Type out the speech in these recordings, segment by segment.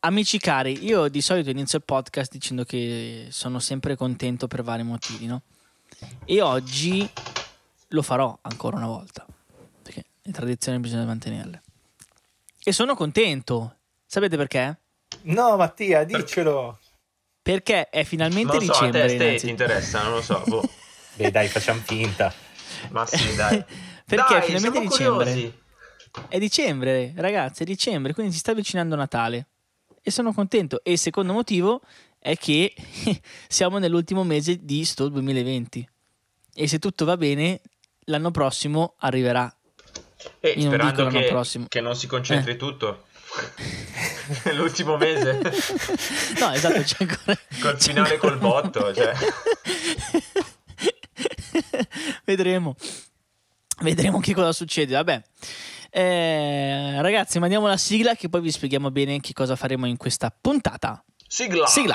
Amici cari, io di solito inizio il podcast dicendo che sono sempre contento per vari motivi, no? E oggi lo farò ancora una volta, perché le tradizioni bisogna mantenerle. E sono contento. Sapete perché? No, Mattia, diccelo. Perché è finalmente Non lo so, a te dicembre. ti interessa, non lo so. Boh. Beh, dai, facciamo finta. Ma sì, dai. Perché è Dai, finalmente siamo dicembre. curiosi. È dicembre, ragazzi, è dicembre, quindi si sta avvicinando Natale. E sono contento. E il secondo motivo è che siamo nell'ultimo mese di sto 2020. E se tutto va bene, l'anno prossimo arriverà. E Io non dico sperando l'anno prossimo. che non si concentri tutto. L'ultimo mese. No, esatto, c'è ancora. Col finale col botto, cioè. Vedremo che cosa succede. Vabbè. Ragazzi, mandiamo la sigla che poi vi spieghiamo bene che cosa faremo in questa puntata. Sigla.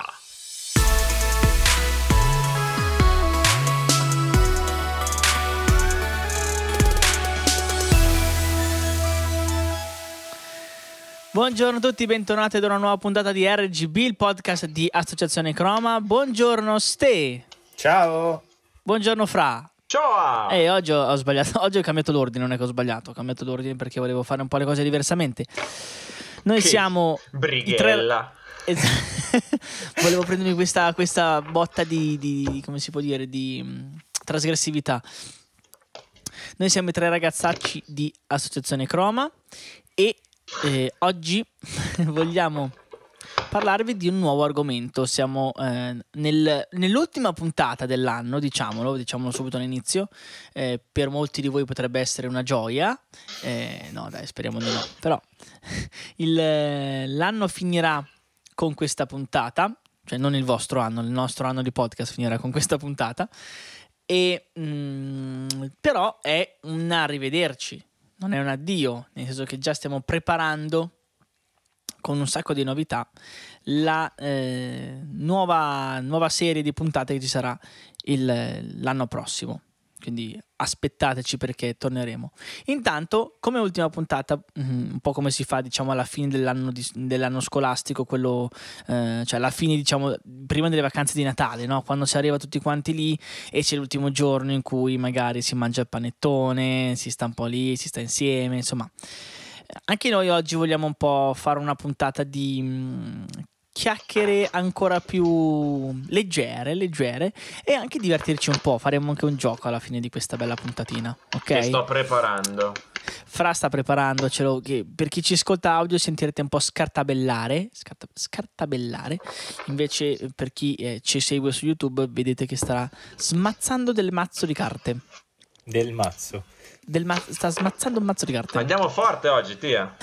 Buongiorno a tutti, bentornati ad una nuova puntata di RGB, il podcast di Associazione Croma. Buongiorno Ste. Ciao. Buongiorno Fra. Ciao! Oggi ho sbagliato, oggi ho cambiato l'ordine, non è che ho sbagliato, ho cambiato l'ordine perché volevo fare un po' le cose diversamente. Noi Che siamo brighella. Volevo prendermi questa botta di come si può dire, di trasgressività. Noi siamo i tre ragazzacci di Associazione Croma e oggi vogliamo parlarvi di un nuovo argomento. Siamo nell'ultima puntata dell'anno, diciamolo subito all'inizio. Per molti di voi potrebbe essere una gioia, no dai, speriamo di no, però l'anno finirà con questa puntata, cioè non il vostro anno, il nostro anno di podcast finirà con questa puntata, e però è un arrivederci, non è un addio, nel senso che già stiamo preparando con un sacco di novità la nuova serie di puntate che ci sarà l'anno prossimo, quindi aspettateci perché torneremo. Intanto, come ultima puntata, un po' come si fa diciamo alla fine dell'anno scolastico, quello cioè alla fine diciamo prima delle vacanze di Natale, no? Quando si arriva tutti quanti lì e c'è l'ultimo giorno in cui magari si mangia il panettone, si sta un po' lì, si sta insieme, insomma. Anche noi oggi vogliamo un po' fare una puntata di chiacchiere ancora più leggere e anche divertirci un po'. Faremo anche un gioco alla fine di questa bella puntatina, ok? Che sto preparando. Fra sta preparandocelo, che per chi ci ascolta audio sentirete un po' scartabellare. Invece per chi ci segue su YouTube vedete che starà smazzando del mazzo di carte. Del mazzo. Sta smazzando un mazzo di carte. Andiamo forte oggi, Tia.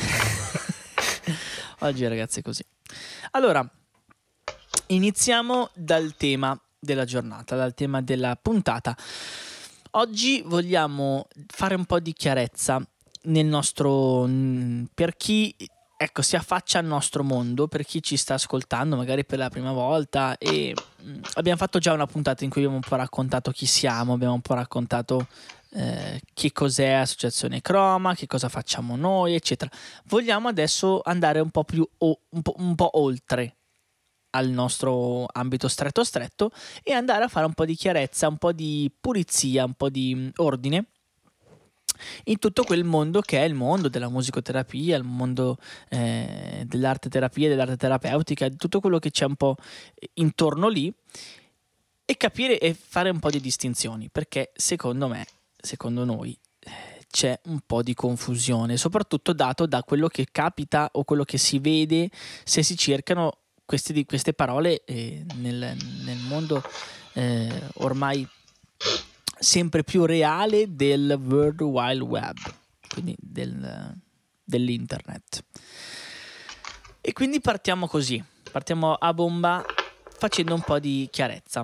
Oggi ragazzi è così. Allora, iniziamo dal tema della giornata, dal tema della puntata. Oggi vogliamo fare un po' di chiarezza nel nostro, per chi si affaccia al nostro mondo, per chi ci sta ascoltando magari per la prima volta, e abbiamo fatto già una puntata in cui abbiamo un po' raccontato chi siamo, abbiamo un po' raccontato che cos'è Associazione Croma, che cosa facciamo noi, eccetera. Vogliamo adesso andare un po' più un po' oltre al nostro ambito stretto e andare a fare un po' di chiarezza, un po' di pulizia, un po' di ordine in tutto quel mondo che è il mondo della musicoterapia, il mondo dell'arte terapia, dell'arte terapeutica, di tutto quello che c'è un po' intorno lì, e capire e fare un po' di distinzioni, perché secondo noi c'è un po' di confusione, soprattutto dato da quello che capita o quello che si vede se si cercano queste parole nel mondo ormai sempre più reale del World Wide Web, quindi dell'internet. E quindi partiamo a bomba facendo un po' di chiarezza.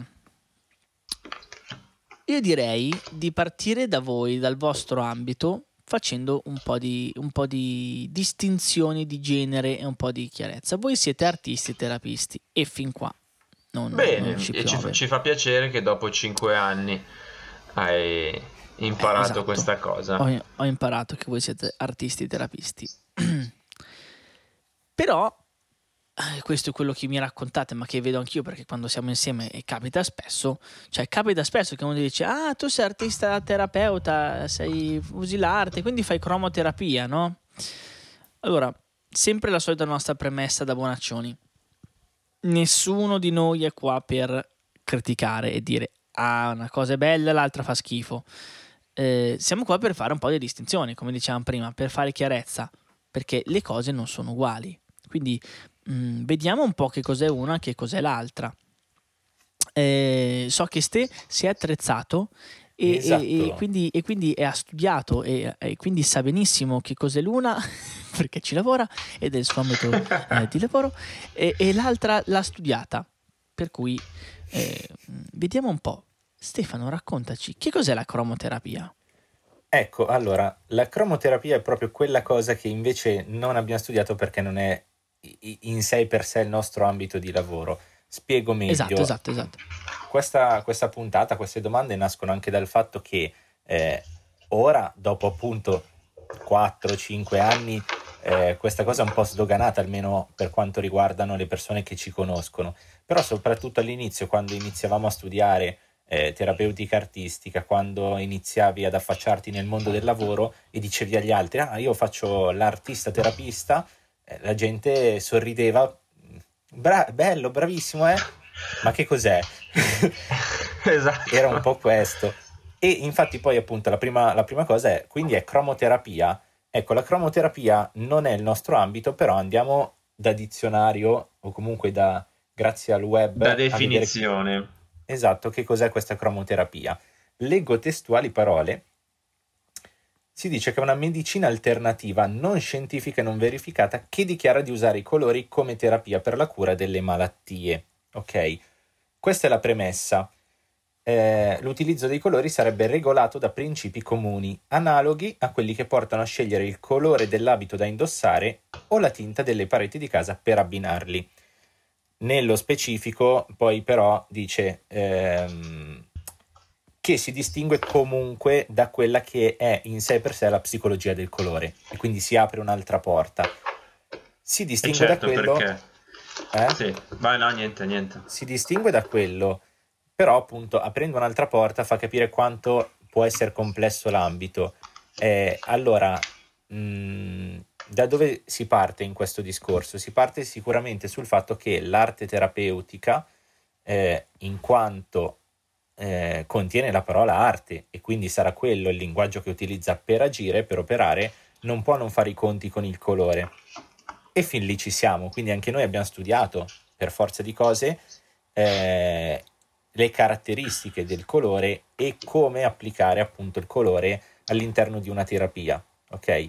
Io direi di partire da voi, dal vostro ambito, facendo un po' di distinzioni di genere e un po' di chiarezza. Voi siete artisti e terapisti e fin qua Bene, non ci e piove. ci fa piacere che dopo 5 anni hai imparato esatto. questa cosa. Ho imparato che voi siete artisti e terapisti. Però questo è quello che mi raccontate, ma che vedo anch'io perché quando siamo insieme e capita spesso che uno dice: ah, tu sei artista terapeuta, usi l'arte, quindi fai cromoterapia, no? Allora, sempre la solita nostra premessa da bonaccioni: nessuno di noi è qua per criticare e dire ah, una cosa è bella, l'altra fa schifo. Siamo qua per fare un po' di distinzioni, come dicevamo prima, per fare chiarezza, perché le cose non sono uguali. Quindi vediamo un po' che cos'è una e che cos'è l'altra. So che Ste si è attrezzato Esatto. e quindi ha studiato e quindi sa benissimo che cos'è l'una perché ci lavora ed è il suo ambito di lavoro, e l'altra l'ha studiata, per cui vediamo un po'. Stefano, raccontaci che cos'è la cromoterapia. Ecco, allora, la cromoterapia è proprio quella cosa che invece non abbiamo studiato perché non è in sé per sé il nostro ambito di lavoro. Spiego meglio. Esatto. Questa puntata, queste domande nascono anche dal fatto che ora, dopo appunto 4-5 anni, questa cosa è un po' sdoganata, almeno per quanto riguardano le persone che ci conoscono. Però soprattutto all'inizio, quando iniziavamo a studiare terapeutica artistica, quando iniziavi ad affacciarti nel mondo del lavoro e dicevi agli altri: ah, io faccio l'artista terapista, la gente sorrideva: bello, bravissimo, ma che cos'è? Esatto. Era un po' questo. E infatti poi appunto la prima cosa è, quindi è cromoterapia. Ecco, la cromoterapia non è il nostro ambito, però andiamo da dizionario o comunque grazie al web Da a vedere definizione. esatto che cos'è questa cromoterapia. Leggo testuali parole. Si dice che è una medicina alternativa non scientifica e non verificata che dichiara di usare i colori come terapia per la cura delle malattie. Ok? Questa è la premessa. L'utilizzo dei colori sarebbe regolato da principi comuni, analoghi a quelli che portano a scegliere il colore dell'abito da indossare o la tinta delle pareti di casa per abbinarli. Nello specifico, poi però dice che si distingue comunque da quella che è in sé per sé la psicologia del colore, e quindi si apre un'altra porta. Si distingue da quello. Perché? Sì, vai, no, niente. Si distingue da quello, però appunto aprendo un'altra porta fa capire quanto può essere complesso l'ambito. Allora, da dove si parte in questo discorso? Si parte sicuramente sul fatto che l'arte terapeutica, in quanto contiene la parola arte, e quindi sarà quello il linguaggio che utilizza per agire, per operare, non può non fare i conti con il colore. E fin lì ci siamo, quindi anche noi abbiamo studiato, per forza di cose, le caratteristiche del colore e come applicare appunto il colore all'interno di una terapia, ok?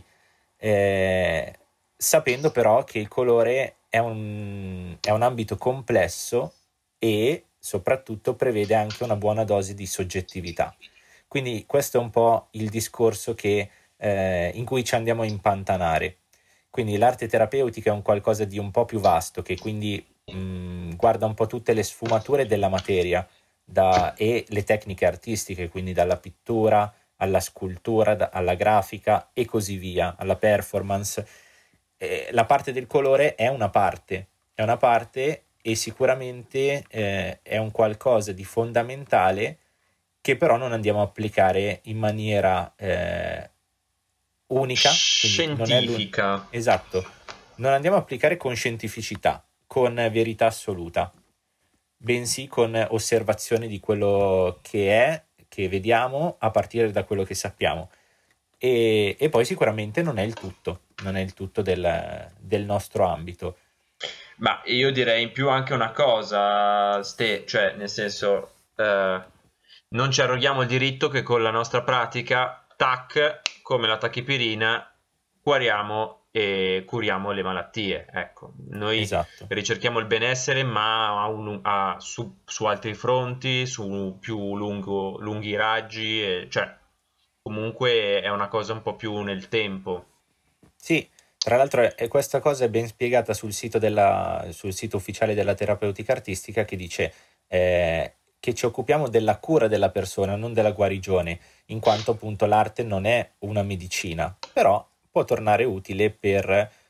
Sapendo però che il colore è un ambito complesso e soprattutto prevede anche una buona dose di soggettività. Quindi questo è un po' il discorso in cui ci andiamo a impantanare. Quindi l'arte terapeutica è un qualcosa di un po' più vasto, che quindi guarda un po' tutte le sfumature della materia e le tecniche artistiche, quindi dalla pittura alla scultura, alla grafica e così via, alla performance. La parte del colore è una parte e sicuramente è un qualcosa di fondamentale che però non andiamo a applicare in maniera unica, scientifica. Esatto, non andiamo a applicare con scientificità, con verità assoluta, bensì con osservazione di quello che vediamo a partire da quello che sappiamo. E poi sicuramente non è il tutto del nostro ambito. Ma io direi in più anche una cosa, cioè nel senso, non ci arroghiamo il diritto che con la nostra pratica, tac, come la tachipirina, guariamo e curiamo le malattie. Ecco, noi Esatto. ricerchiamo il benessere, ma su altri fronti, su più lunghi raggi, cioè comunque è una cosa un po' più nel tempo. Sì, tra l'altro questa cosa è ben spiegata sul sito ufficiale della terapeutica artistica, che dice che ci occupiamo della cura della persona, non della guarigione, in quanto appunto l'arte non è una medicina, però può tornare utile per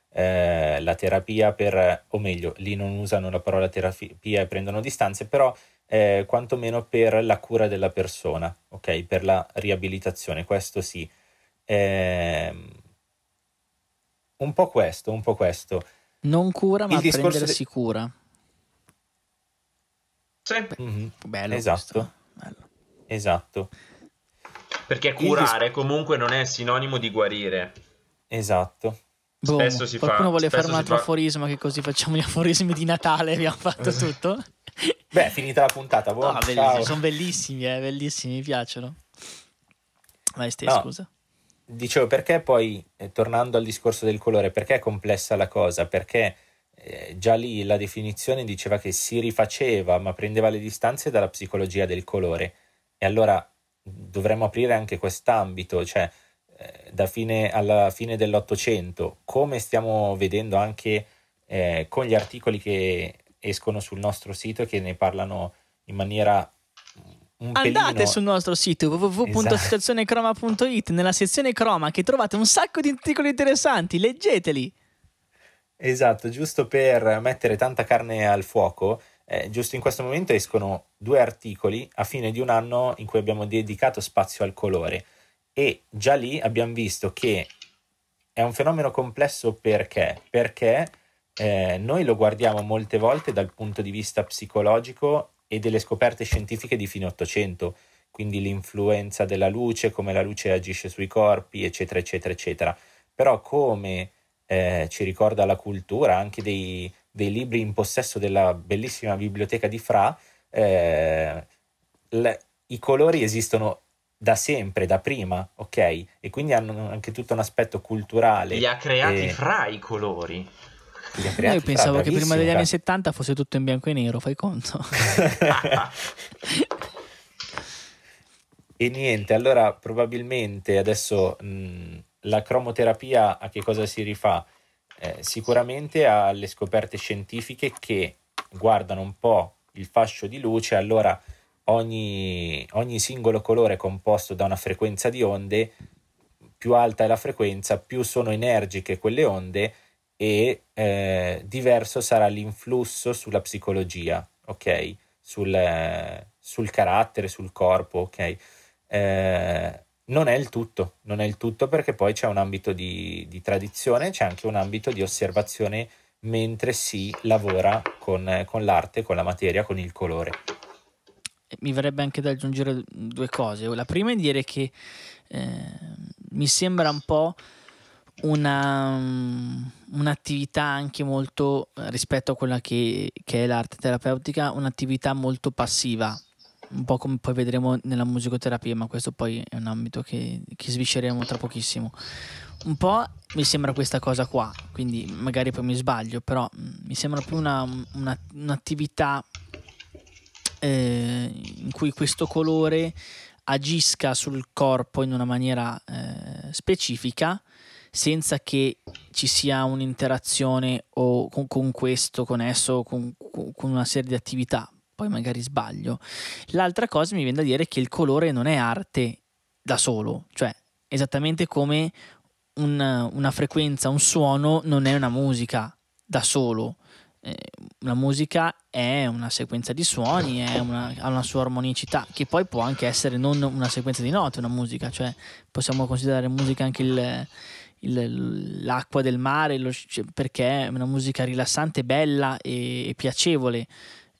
la terapia o meglio, lì non usano la parola terapia e prendono distanze, però quantomeno per la cura della persona, ok? Per la riabilitazione, questo sì. Ehm, un po' questo, un po' questo. Non cura, Il ma discorso prendersi cura. Sì, Mhm, Bello questo. esatto, Bello. esatto. perché Il dis- curare comunque non è sinonimo di guarire. esatto. Boom. Qualcuno vuole fare un Spesso si altro fa. aforisma, che così facciamo gli aforismi di Natale, abbiamo fatto tutto. Beh, finita la puntata, No, buon bellissimi, ciao. sono bellissimi, mi piacciono. Vai, Ste, No, scusa. dicevo perché poi, tornando al discorso del colore, perché è complessa la cosa? Perché già lì la definizione diceva che si rifaceva, ma prendeva le distanze dalla psicologia del colore. E allora dovremmo aprire anche quest'ambito, cioè alla fine dell'Ottocento, come stiamo vedendo anche con gli articoli che escono sul nostro sito e che ne parlano in maniera un Andate pelino. sul nostro sito Esatto. www.associazionecroma.it, nella sezione croma, che trovate un sacco di articoli interessanti, leggeteli. Esatto, giusto per mettere tanta carne al fuoco, giusto in questo momento escono 2 articoli a fine di un anno in cui abbiamo dedicato spazio al colore e già lì abbiamo visto che è un fenomeno complesso perché noi lo guardiamo molte volte dal punto di vista psicologico e delle scoperte scientifiche di fine Ottocento, quindi l'influenza della luce, come la luce agisce sui corpi, eccetera, eccetera, eccetera. Però come ci ricorda la cultura, anche dei libri in possesso della bellissima biblioteca di Fra, i colori esistono da sempre, da prima, ok? E quindi hanno anche tutto un aspetto culturale. Li ha creati E Fra i colori. li ha No, io creati Fra, pensavo che prima bravissimo degli anni Fra. 70 fosse tutto in bianco e nero, fai conto? E niente, allora probabilmente adesso la cromoterapia a che cosa si rifà? Sicuramente alle scoperte scientifiche che guardano un po' il fascio di luce, allora ogni singolo colore è composto da una frequenza di onde, più alta è la frequenza, più sono energiche quelle onde e diverso sarà l'influsso sulla psicologia, ok? Sul carattere, sul corpo, ok? Non è il tutto, non è il tutto perché poi c'è un ambito di tradizione, c'è anche un ambito di osservazione mentre si lavora con l'arte, con la materia, con il colore. Mi verrebbe anche da aggiungere due cose. La prima è dire che mi sembra un po' un'attività anche molto, rispetto a quella che è l'arte terapeutica, un'attività molto passiva, un po' come poi vedremo nella musicoterapia, ma questo poi è un ambito che svisceremo tra pochissimo. Un po' mi sembra questa cosa qua, quindi magari poi mi sbaglio, però mi sembra più un'attività in cui questo colore agisca sul corpo in una maniera specifica senza che ci sia un'interazione o con questo, con esso, con una serie di attività. Poi magari sbaglio. L'altra cosa mi viene da dire che il colore non è arte da solo, cioè esattamente come una frequenza, un suono non è una musica da solo. La musica è una sequenza di suoni, ha una sua armonicità, che poi può anche essere non una sequenza di note, una musica, cioè possiamo considerare musica anche l'acqua del mare, perché è una musica rilassante, bella e piacevole,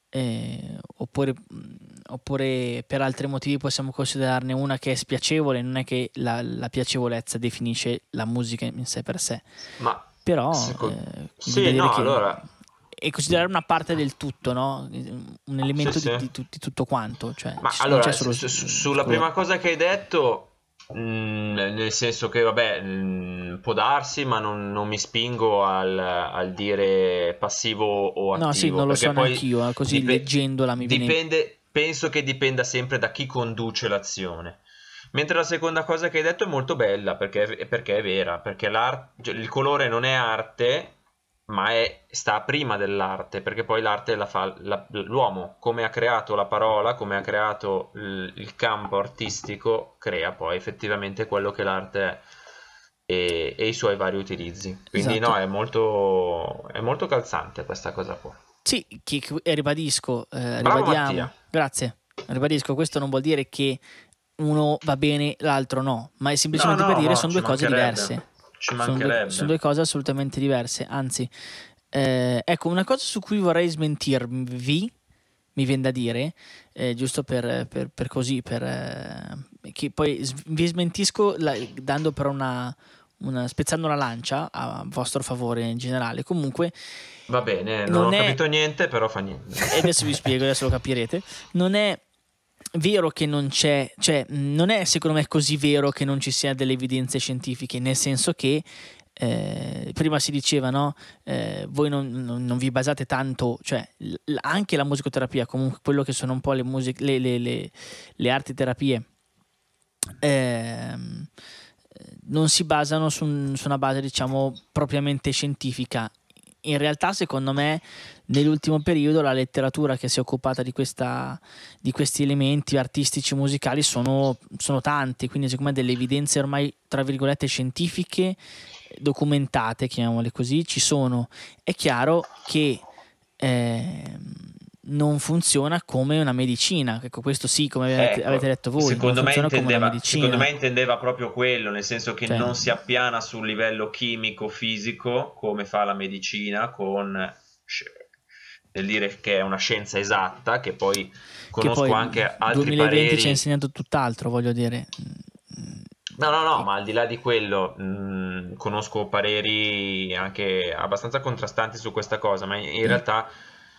oppure per altri motivi possiamo considerarne una che è spiacevole, non è che la piacevolezza definisce la musica in sé per sé, Ma però quindi da sì, dire no, che allora è considerare una parte del tutto, no? Un sì, elemento sì. di tutto quanto, cioè Ma non c'è allora, solo sulla colore. prima cosa che hai detto, nel senso che, vabbè, può darsi, ma non mi spingo al dire passivo o No, sì, attivo, non lo perché so poi neanch'io, così leggendola mi viene. penso che dipenda sempre da chi conduce l'azione. Mentre la seconda cosa che hai detto è molto bella, perché è vera, perché cioè, il colore non è arte, ma sta prima dell'arte, perché poi l'arte la fa l'uomo, come ha creato la parola, come ha creato il campo artistico, crea poi effettivamente quello che l'arte è. e i suoi vari utilizzi. Quindi Esatto. no, è molto calzante questa cosa qua. Sì, ribadisco, Bravo ribadiamo, Mattia. grazie, ribadisco, questo non vuol dire che uno va bene, l'altro no, ma è semplicemente per No, dire ma sono ci due cose diverse. mancherebbe. Ci Sono mancherebbe. due cose assolutamente diverse. Anzi, ecco, una cosa su cui vorrei smentirvi, mi viene da dire, giusto per così, che poi vi smentisco dando però spezzando una lancia a vostro favore in generale. Comunque, Va bene, non non ho è. capito niente, però fa niente. E adesso vi spiego, adesso lo capirete. Non è vero che non c'è, cioè, non è secondo me così vero che non ci sia delle evidenze scientifiche, nel senso che prima si diceva, no? Voi non vi basate tanto, cioè anche la musicoterapia, comunque quello che sono un po' le musiche, le arti terapie, non si basano su una base, diciamo, propriamente scientifica. In realtà, secondo me, nell'ultimo periodo la letteratura che si è occupata di questi elementi artistici musicali sono tanti, quindi secondo me delle evidenze ormai, tra virgolette, scientifiche, documentate, chiamiamole così, ci sono. È chiaro che non funziona come una medicina, ecco, questo sì, come avete detto voi, non funziona come una secondo medicina. me intendeva proprio quello, nel senso che Cioè, non si appiana sul livello chimico, fisico, come fa la medicina, nel dire che è una scienza esatta, che poi che conosco poi anche altri 2020 ci ha pareri. insegnato tutt'altro, voglio dire. No, ma al di là di quello, conosco pareri anche abbastanza contrastanti su questa cosa, ma in realtà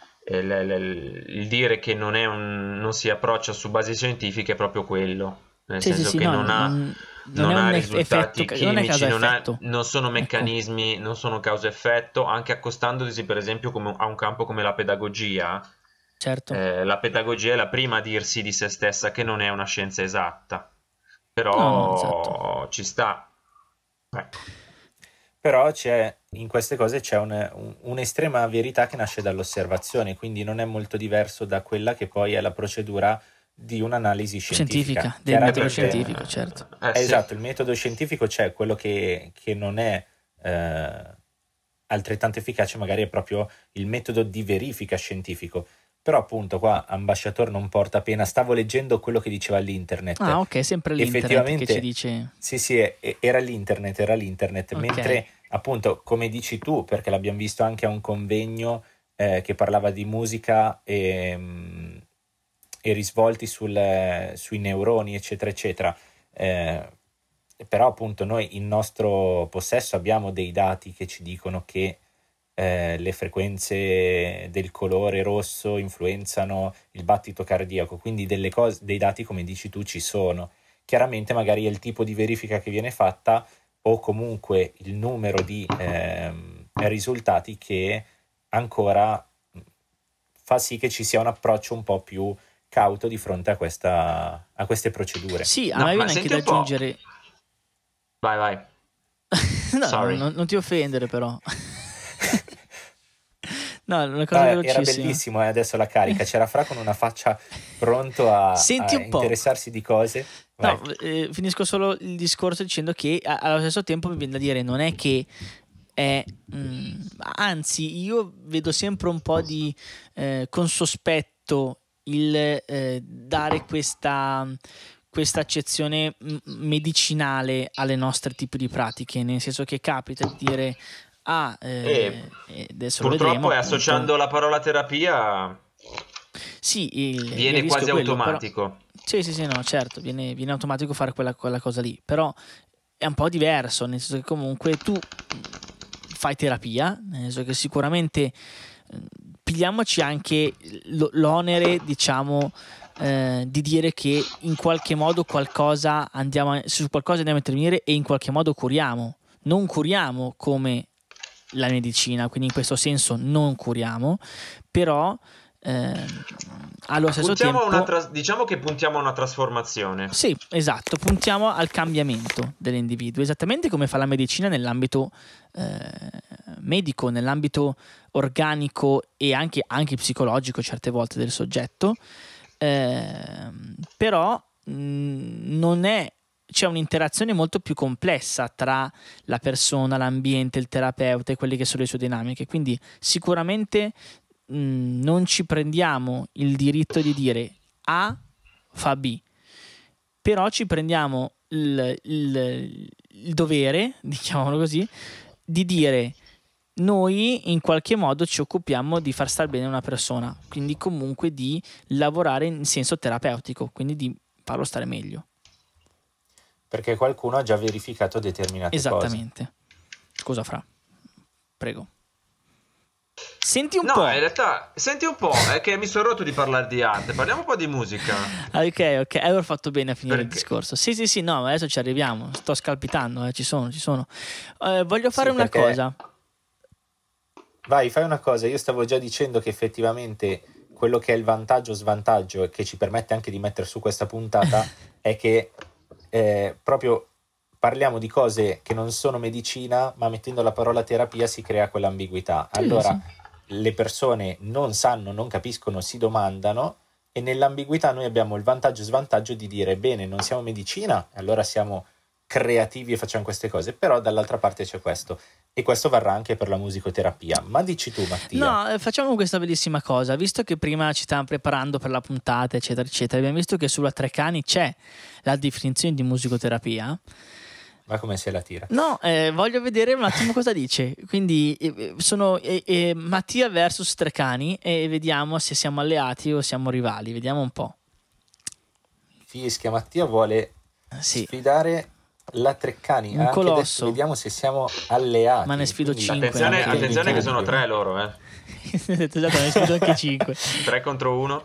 il dire che non si approccia su basi scientifiche è proprio quello, nel Sì, sì, senso sì, che no, non è non ha un effetto, risultati non è chimici, causa-effetto. non sono Ecco, meccanismi, non sono causa-effetto, anche accostandoti per esempio a un campo come la pedagogia. certo. La pedagogia è la prima a dirsi di se stessa che non è una scienza esatta, No, no, esatto. però ci sta. Ecco. Però in queste cose c'è un'estrema verità che nasce dall'osservazione, quindi non è molto diverso da quella che poi è la procedura di un'analisi scientifica. Scientifica, del metodo Chiaramente, scientifico, certo. Sì. esatto, il metodo scientifico c'è, quello che non è altrettanto efficace magari è proprio il metodo di verifica scientifico. Però appunto qua Ambasciatore non porta pena, stavo leggendo quello che diceva l'internet. Ah, ok, sempre l'internet che ci dice. Sì, era l'internet, Ok, mentre appunto come dici tu, perché l'abbiamo visto anche a un convegno che parlava di musica e risvolti sui neuroni eccetera eccetera, però appunto noi in nostro possesso abbiamo dei dati che ci dicono che le frequenze del colore rosso influenzano il battito cardiaco, quindi dei dati come dici tu ci sono. Chiaramente magari è il tipo di verifica che viene fatta o comunque il numero di risultati che ancora fa sì che ci sia un approccio un po' più cauto di fronte a queste procedure. sì, a No, me ma viene anche senti da un po'. aggiungere. Vai. No, Sorry. non ti offendere però. No, è una No, cosa era velocissima. bellissimo, adesso la carica. C'era Fra con una faccia pronto Senti a un po'. interessarsi di cose. Vai. No, finisco solo il discorso dicendo che allo stesso tempo mi viene da dire, non è che è, anzi, io vedo sempre un po' di con sospetto il dare questa accezione medicinale alle nostre tipi di pratiche, nel senso che capita di dire E adesso lo vedremo purtroppo è appunto. associando la parola terapia Sì, il viene rischio è quasi quello, però. automatico. Sì, no, certo, viene automatico fare quella cosa lì, però è un po' diverso, nel senso che comunque tu fai terapia, nel senso che sicuramente pigliamoci anche l'onere, diciamo, di dire che in qualche modo su qualcosa andiamo a intervenire e in qualche modo curiamo. Non curiamo come la medicina, quindi in questo senso non curiamo, però allo stesso tempo Diciamo che puntiamo a una trasformazione. sì, esatto, puntiamo al cambiamento dell'individuo, esattamente come fa la medicina nell'ambito medico, nell'ambito organico e anche psicologico certe volte del soggetto, però non è c'è un'interazione molto più complessa tra la persona, l'ambiente, il terapeuta e quelle che sono le sue dinamiche. Quindi sicuramente non ci prendiamo il diritto di dire A fa B, però ci prendiamo il dovere, diciamolo così, di dire noi in qualche modo ci occupiamo di far star bene una persona, quindi comunque di lavorare in senso terapeutico, quindi di farlo stare meglio. Perché qualcuno ha già verificato determinate cose. Esattamente. Scusa Fra, prego. Senti un No, po'. in realtà, senti un po', è che mi sono rotto di parlare di arte, parliamo un po' di musica. Ok, allora ho fatto bene a finire il Perché? discorso. Sì, no, adesso ci arriviamo, sto scalpitando, ci sono. Voglio fare Sì, una perché- cosa. Vai, fai una cosa, io stavo già dicendo che effettivamente quello che è il vantaggio svantaggio e che ci permette anche di mettere su questa puntata è che proprio parliamo di cose che non sono medicina, ma mettendo la parola terapia si crea quell'ambiguità. Sì, Allora sì. le persone non sanno, non capiscono, si domandano, e nell'ambiguità noi abbiamo il vantaggio e svantaggio di dire bene, non siamo medicina, allora siamo creativi e facciamo queste cose, però dall'altra parte c'è questo, e questo varrà anche per la musicoterapia. Ma dici tu, Mattia. No, facciamo questa bellissima cosa. Visto che prima ci stavamo preparando per la puntata, eccetera, eccetera, abbiamo visto che sulla Treccani c'è la definizione di musicoterapia. Ma come se la tira? No, voglio vedere un attimo cosa dice. Quindi sono Mattia versus Treccani e vediamo se siamo alleati o siamo rivali. Vediamo un po'. Fischia, Mattia vuole Sì, sfidare la Treccani. Un Anche colosso. adesso vediamo se siamo alleati. Ma ne sfido Quindi- cinque. Attenzione, anche attenzione in che sono 3 loro, esatto, ne sfido anche 5. 3 contro 1.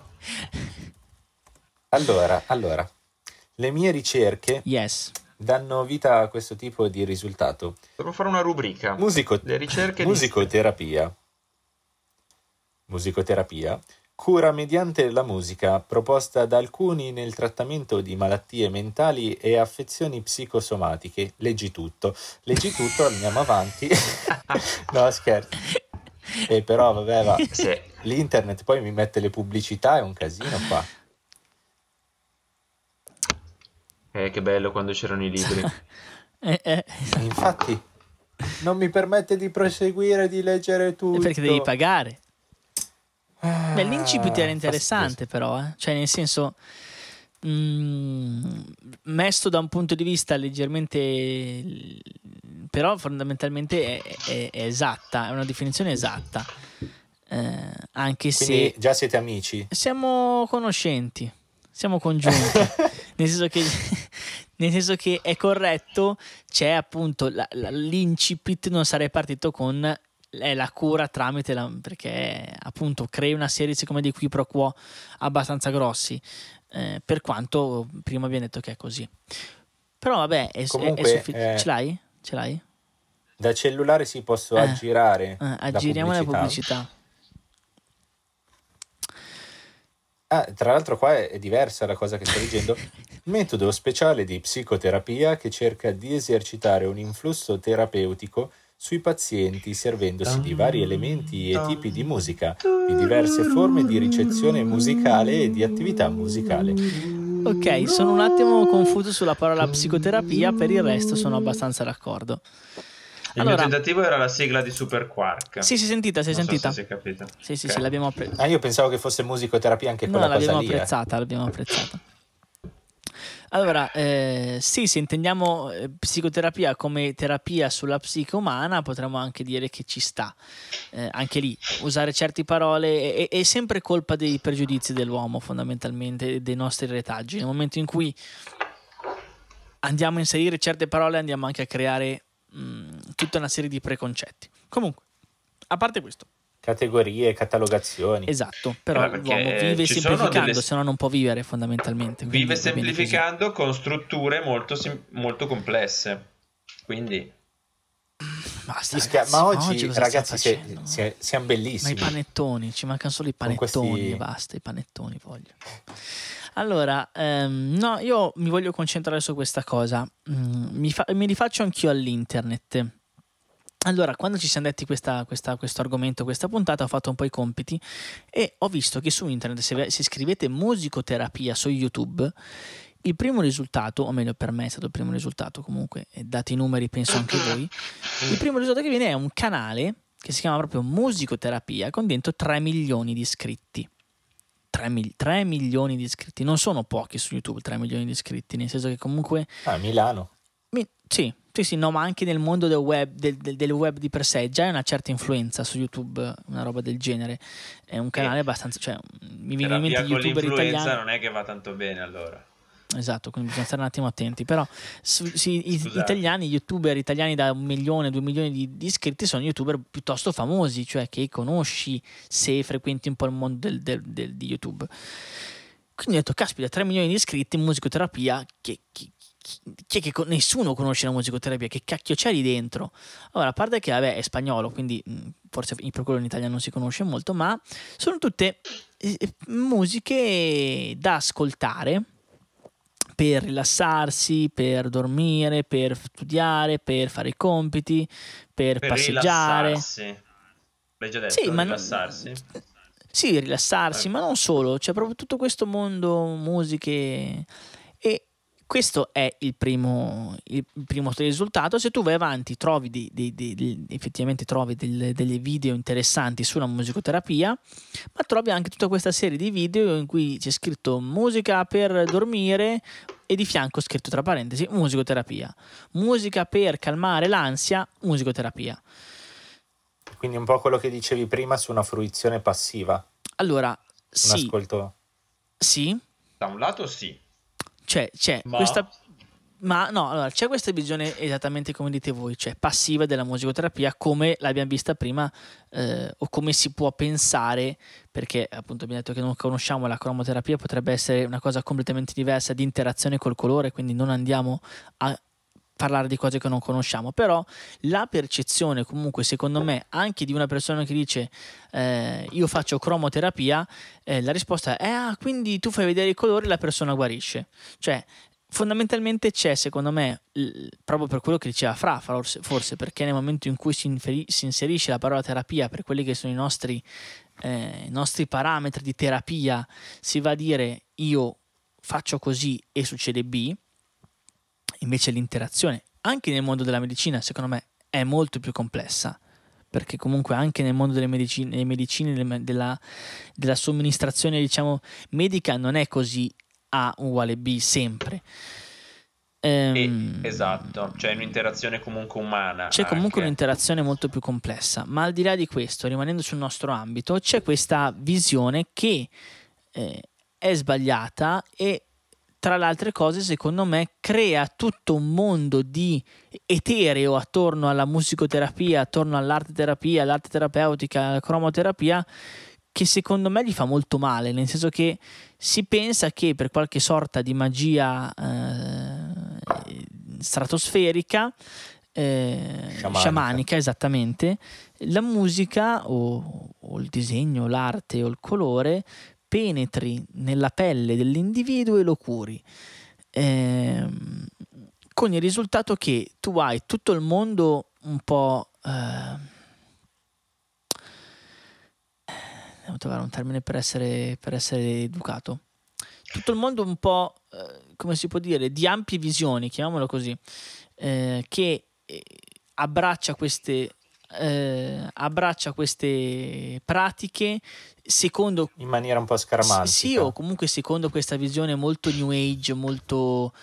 Allora, le mie ricerche Yes. danno vita a questo tipo di risultato. Devo fare una rubrica. Musico- Le ricerche musicoterapia. Musicoterapia. Cura mediante la musica proposta da alcuni nel trattamento di malattie mentali e affezioni psicosomatiche. Leggi tutto, andiamo avanti. No, scherzo. Però vabbè, va. Sì. L'internet poi mi mette le pubblicità, è un casino qua. Che bello quando c'erano i libri. Infatti non mi permette di proseguire, di leggere tutto. Perché devi pagare. Ah, Beh, l'incipit era fastidioso. interessante però, cioè nel senso messo da un punto di vista leggermente, però fondamentalmente è esatta, è una definizione esatta, anche Quindi se già siete amici? siamo conoscenti, siamo congiunti, nel senso che è corretto, c'è appunto l'incipit non sarei partito con è la cura tramite perché appunto crei una serie come di qui pro quo abbastanza grossi, per quanto prima abbiamo detto che è così, però vabbè Comunque, ce l'hai? Da cellulare si posso aggirare aggiriamo la pubblicità. Tra l'altro qua è diversa la cosa che sto leggendo. Metodo speciale di psicoterapia che cerca di esercitare un influsso terapeutico sui pazienti servendosi di vari elementi e tipi di musica, di diverse forme di ricezione musicale e di attività musicale. Ok, sono un attimo confuso sulla parola psicoterapia, per il resto sono abbastanza d'accordo. Il mio tentativo era la sigla di Super Quark. Sì, si è sentita. Non so se si è capito. Sì, Ok. l'abbiamo apprezzata. Io pensavo che fosse musicoterapia anche quella cosa lì. L'abbiamo apprezzata. Allora, sì, se intendiamo psicoterapia come terapia sulla psiche umana, potremmo anche dire che ci sta. Anche lì, usare certe parole è sempre colpa dei pregiudizi dell'uomo, fondamentalmente, dei nostri retaggi. Nel momento in cui andiamo a inserire certe parole, andiamo anche a creare tutta una serie di preconcetti. Comunque, a parte questo. Categorie, catalogazioni. Esatto, però l'uomo vive semplificando, se no non può vivere fondamentalmente. Vive semplificando con strutture molto complesse. Quindi basta, ma oggi ragazzi siamo bellissimi. Ma i panettoni, ci mancano solo i panettoni e basta, i panettoni voglio. Allora, no, io mi voglio concentrare su questa cosa. Mi rifaccio anch'io all'internet. Allora, quando ci siamo detti questo argomento, questa puntata, ho fatto un po' i compiti e ho visto che su internet, se scrivete musicoterapia su YouTube, il primo risultato, o meglio per me è stato il primo risultato, comunque dati i numeri penso anche voi, il primo risultato che viene è un canale che si chiama proprio Musicoterapia con dentro 3 milioni di iscritti. 3 milioni di iscritti, non sono pochi su YouTube 3 milioni di iscritti, nel senso che comunque... Milano. Sì, no, ma anche nel mondo del web, del web di per sé già è una certa influenza su YouTube, una roba del genere. È un canale abbastanza, cioè mi viene in mente gli youtuber italiani. Non è che va tanto bene allora. Esatto, quindi bisogna stare un attimo attenti. Però gli italiani, youtuber italiani da 1 milione, 2 milioni di iscritti sono youtuber piuttosto famosi, cioè che conosci se frequenti un po' il mondo di YouTube. Quindi ho detto, caspita, 3 milioni di iscritti in musicoterapia, che nessuno conosce la musicoterapia, che cacchio c'è lì dentro? Allora, a parte che vabbè è spagnolo, quindi forse per quello in Italia non si conosce molto, ma sono tutte musiche da ascoltare per rilassarsi, per dormire, per studiare, per fare i compiti, per passeggiare. Rilassarsi. L'hai già detto, rilassarsi? Sì, rilassarsi, ma non solo, c'è proprio tutto questo mondo musiche, e questo è il primo risultato. Se tu vai avanti trovi effettivamente trovi delle video interessanti sulla musicoterapia, ma trovi anche tutta questa serie di video in cui c'è scritto musica per dormire e di fianco scritto tra parentesi musicoterapia, musica per calmare l'ansia, musicoterapia. Quindi un po' quello che dicevi prima su una fruizione passiva. Allora, sì. Ascolto. Sì. Da un lato sì. C'è questa... Ma no, allora c'è questa visione esattamente come dite voi, cioè passiva della musicoterapia come l'abbiamo vista prima, o come si può pensare, perché appunto abbiamo detto che non conosciamo la cromoterapia, potrebbe essere una cosa completamente diversa di interazione col colore, quindi non andiamo a parlare di cose che non conosciamo. Però la percezione comunque secondo me anche di una persona che dice io faccio cromoterapia, la risposta è quindi tu fai vedere i colori e la persona guarisce. Cioè fondamentalmente c'è, secondo me, proprio per quello che diceva Fra, forse perché nel momento in cui si inserisce la parola terapia per quelli che sono i nostri parametri di terapia, si va a dire io faccio così e succede B. Invece l'interazione anche nel mondo della medicina secondo me è molto più complessa, perché comunque anche nel mondo delle medicine della somministrazione, diciamo, medica non è così A uguale B sempre. Esatto, c'è un'interazione comunque umana. C'è comunque un'interazione molto più complessa, ma al di là di questo, rimanendo sul nostro ambito, c'è questa visione che è sbagliata e tra le altre cose secondo me crea tutto un mondo di etereo attorno alla musicoterapia, attorno all'arte terapia, all'arte terapeutica, alla cromoterapia, che secondo me gli fa molto male, nel senso che si pensa che per qualche sorta di magia stratosferica, sciamanica, esattamente, la musica o il disegno, l'arte o il colore penetri nella pelle dell'individuo e lo curi, con il risultato che tu hai tutto il mondo un po' devo trovare un termine per essere educato, tutto il mondo un po' come si può dire, di ampie visioni, chiamiamolo così, che abbraccia queste pratiche secondo, in maniera un po' scaramantica. Sì, o comunque secondo questa visione molto new age, molto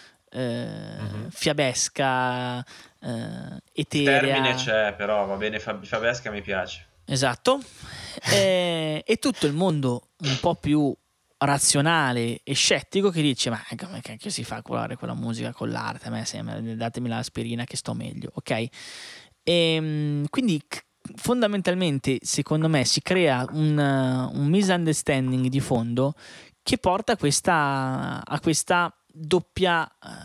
fiabesca, eterea. Il termine c'è, però va bene, fiabesca mi piace. Esatto. E tutto il mondo un po' più razionale e scettico che dice ma come cacchio si fa a curare quella musica con l'arte, a me sembra, datemi l'aspirina che sto meglio, ok? Quindi fondamentalmente secondo me si crea un misunderstanding di fondo che porta a questa doppio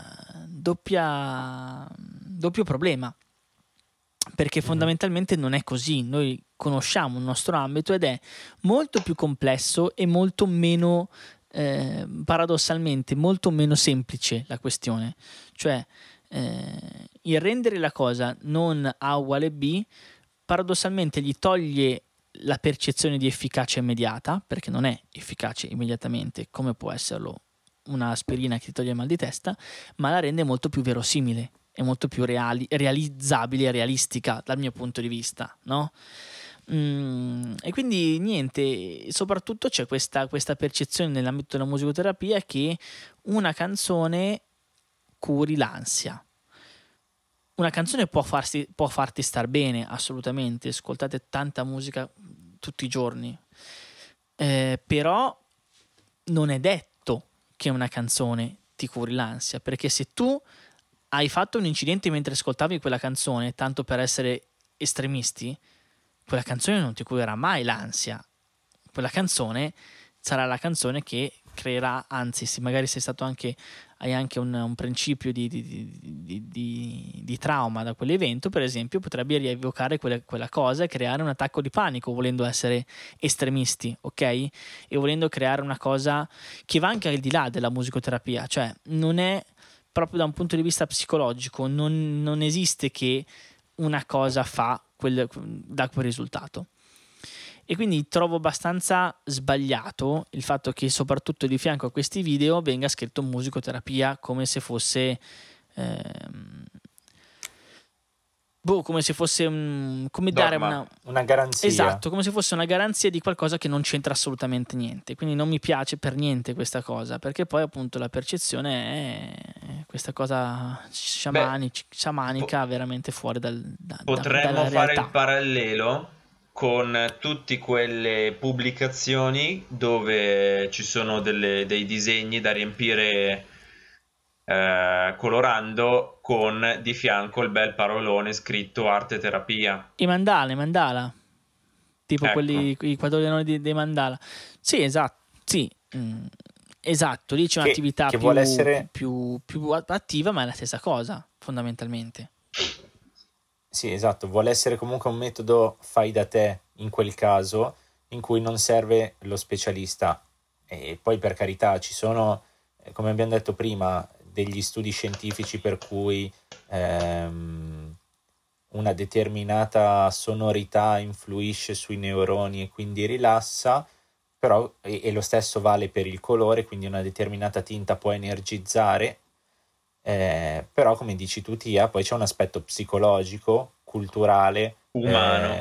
problema, perché fondamentalmente non è così. Noi conosciamo il nostro ambito ed è molto più complesso e molto meno paradossalmente molto meno semplice la questione, cioè il rendere la cosa non A uguale B paradossalmente gli toglie la percezione di efficacia immediata, perché non è efficace immediatamente come può esserlo una aspirina che ti toglie il mal di testa, ma la rende molto più verosimile e molto più realizzabile e realistica dal mio punto di vista, no? E quindi niente, soprattutto c'è questa percezione nell'ambito della musicoterapia che una canzone curi l'ansia. Una canzone può farti star bene, assolutamente, ascoltate tanta musica tutti i giorni, però non è detto che una canzone ti curi l'ansia, perché se tu hai fatto un incidente mentre ascoltavi quella canzone, tanto per essere estremisti, quella canzone non ti curerà mai l'ansia. Quella canzone sarà la canzone che creerà, anzi, se magari hai anche un principio di trauma da quell'evento, per esempio, potrebbe rievocare quella cosa e creare un attacco di panico, volendo essere estremisti, ok? E volendo creare una cosa che va anche al di là della musicoterapia, cioè non è proprio da un punto di vista psicologico, non esiste che una cosa dà quel risultato. E quindi trovo abbastanza sbagliato il fatto che soprattutto di fianco a questi video venga scritto musicoterapia come se fosse come se fosse come dare una garanzia. Esatto, come se fosse una garanzia di qualcosa che non c'entra assolutamente niente. Quindi non mi piace per niente questa cosa, perché poi appunto la percezione è questa cosa sciamanica veramente fuori potremmo dalla fare realtà. il parallelo con tutte quelle pubblicazioni dove ci sono dei disegni da riempire colorando con di fianco il bel parolone scritto arte terapia. I mandala, tipo Ecco. quelli, i quadernoni dei mandala. Sì, esatto, sì, esatto, lì c'è un'attività che vuole essere più attiva, ma è la stessa cosa, fondamentalmente. Sì, esatto, vuole essere comunque un metodo fai da te in quel caso, in cui non serve lo specialista. E poi, per carità, ci sono, come abbiamo detto prima, degli studi scientifici per cui una determinata sonorità influisce sui neuroni e quindi rilassa, però e lo stesso vale per il colore, quindi una determinata tinta può energizzare, però come dici tu, Tia, poi c'è un aspetto psicologico, culturale, umano,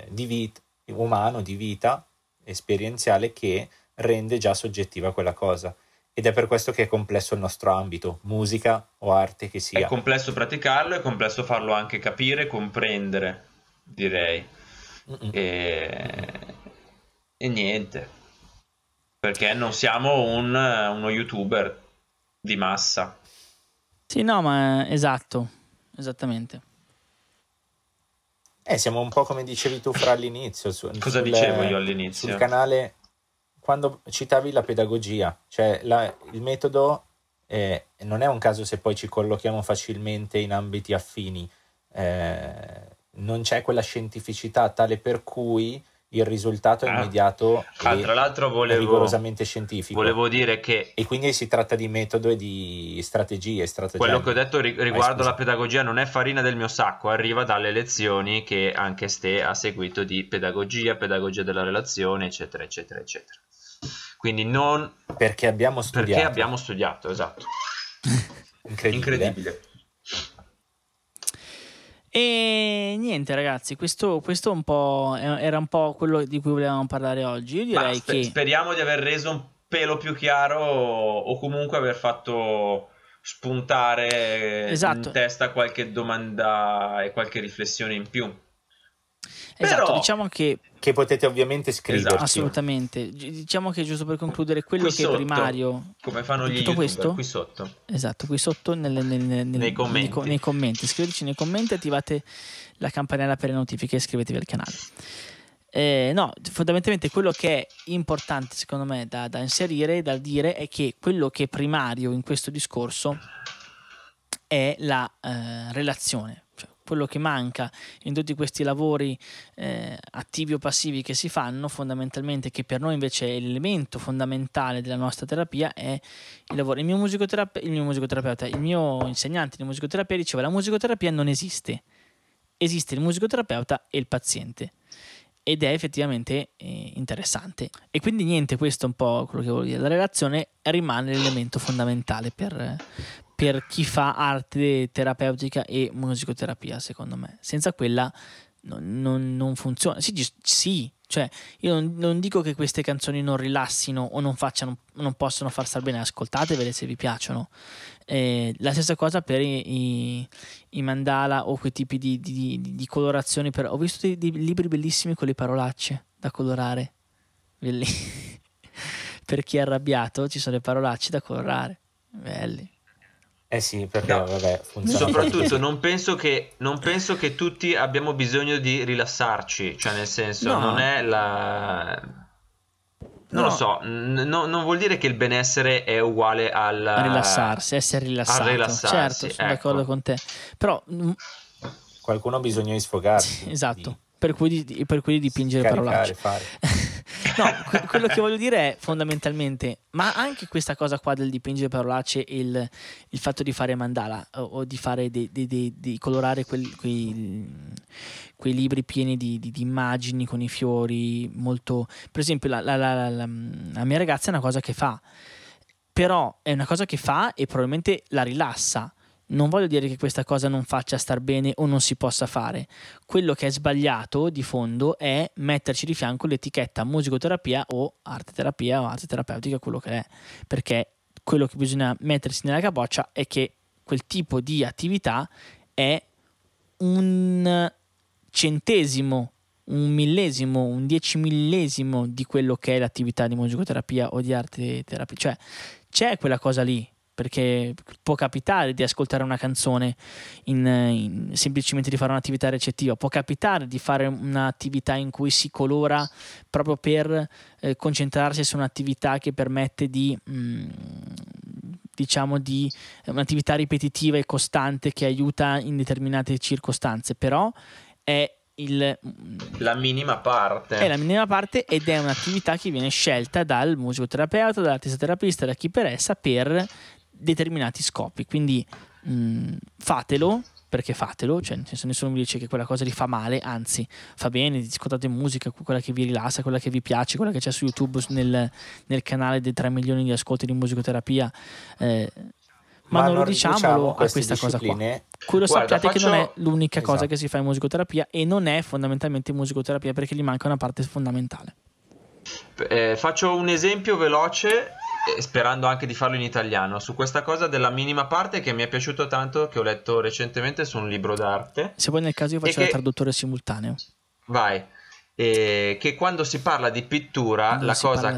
di vita, esperienziale, che rende già soggettiva quella cosa. Ed è per questo che è complesso il nostro ambito, musica o arte che sia. è complesso praticarlo, è complesso farlo anche capire, comprendere, direi. E niente, perché non siamo uno youtuber di massa. Sì, no, ma esatto, esattamente. Siamo un po' come dicevi tu fra all'inizio. Cosa dicevo io all'inizio? Sul canale, quando citavi la pedagogia, cioè il metodo non è un caso se poi ci collochiamo facilmente in ambiti affini, non c'è quella scientificità tale per cui il risultato è immediato e tra l'altro rigorosamente scientifico. Volevo dire che e quindi si tratta di metodo e di strategie. Quello che ho detto riguardo la pedagogia non è farina del mio sacco, arriva dalle lezioni che anche Ste ha seguito di pedagogia della relazione, eccetera, eccetera, eccetera. Quindi non... Perché abbiamo studiato, esatto. Incredibile. E niente, ragazzi, questo un po' era un po' quello di cui volevamo parlare oggi. Io direi che speriamo di aver reso un pelo più chiaro o comunque aver fatto spuntare in testa qualche domanda e qualche riflessione in più. Esatto, però, diciamo che potete ovviamente scriverci. Esatto. Assolutamente. Diciamo che giusto per concludere, quello qui che sotto, è primario, come fanno gli tutto YouTuber, questo? qui sotto. Esatto, qui sotto nei commenti. Scriveteci nei commenti, attivate la campanella per le notifiche e iscrivetevi al canale. No, fondamentalmente quello che è importante secondo me da inserire, da dire, è che quello che è primario in questo discorso è la relazione. Quello che manca in tutti questi lavori attivi o passivi che si fanno, fondamentalmente, che per noi invece è l'elemento fondamentale della nostra terapia, è il lavoro. Il mio insegnante di musicoterapia diceva: la musicoterapia non esiste, esiste il musicoterapeuta e il paziente. ed è effettivamente interessante. E quindi niente, questo è un po' quello che voglio dire. La relazione rimane l'elemento fondamentale per chi fa arte terapeutica e musicoterapia, secondo me. Senza quella non funziona. Sì, cioè io non dico che queste canzoni non rilassino o non possono far star bene, ascoltatevele se vi piacciono. La stessa cosa per i mandala o quei tipi di colorazioni. Ho visto dei libri bellissimi con le parolacce da colorare. Per chi è arrabbiato ci sono le parolacce da colorare. Belli. Sì, perché No, vabbè, funziona. soprattutto non penso che tutti abbiamo bisogno di rilassarci, cioè nel senso No. non è la... Non No. lo so, non vuol dire che il benessere è uguale al... A rilassarsi, essere rilassato. a rilassarsi, Certo, sono ecco. d'accordo con te. Però Qualcuno ha bisogno di sfogarsi. esatto, per cui di dipingere parolacce. No, quello che voglio dire è fondamentalmente, ma anche questa cosa qua del dipingere parolacce, il fatto di fare mandala o di fare di colorare quei libri pieni di immagini con i fiori, molto, per esempio la mia ragazza è una cosa che fa, però è una cosa che fa e probabilmente la rilassa. Non voglio dire che questa cosa non faccia star bene o non si possa fare. Quello che è sbagliato di fondo è metterci di fianco l'etichetta musicoterapia o arte terapia o arte terapeutica, quello che è, perché quello che bisogna mettersi nella capoccia è che quel tipo di attività è un centesimo, un millesimo, un 10 millesimo di quello che è l'attività di musicoterapia o di arte terapia. Cioè c'è quella cosa lì, perché può capitare di ascoltare una canzone semplicemente di fare un'attività recettiva, può capitare di fare un'attività in cui si colora proprio per concentrarsi su un'attività che permette di un'attività ripetitiva e costante che aiuta in determinate circostanze, però è la minima parte. È la minima parte ed è un'attività che viene scelta dal musicoterapeuta, dall'artista terapista, da chi per essa per determinati scopi. Quindi fatelo, perché fatelo, cioè nel senso nessuno mi dice che quella cosa vi fa male, anzi fa bene, ascoltate musica, quella che vi rilassa, quella che vi piace, quella che c'è su YouTube nel canale dei 3 milioni di ascolti di musicoterapia, ma non lo diciamolo a questa cosa qua. Quello sappiate che non è l'unica cosa che si fa in musicoterapia e non è fondamentalmente musicoterapia, perché gli manca una parte fondamentale. Faccio un esempio veloce, sperando anche di farlo in italiano, su questa cosa della minima parte che mi è piaciuto tanto, che ho letto recentemente su un libro d'arte. Se poi nel caso io faccio il traduttore simultaneo. Vai. Che quando si parla di pittura, la cosa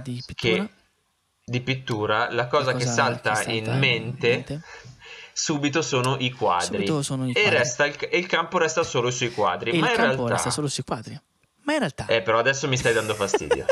che salta in mente subito sono i quadri. E il campo resta solo sui quadri. E il campo resta solo sui quadri. Ma in realtà però adesso mi stai dando fastidio.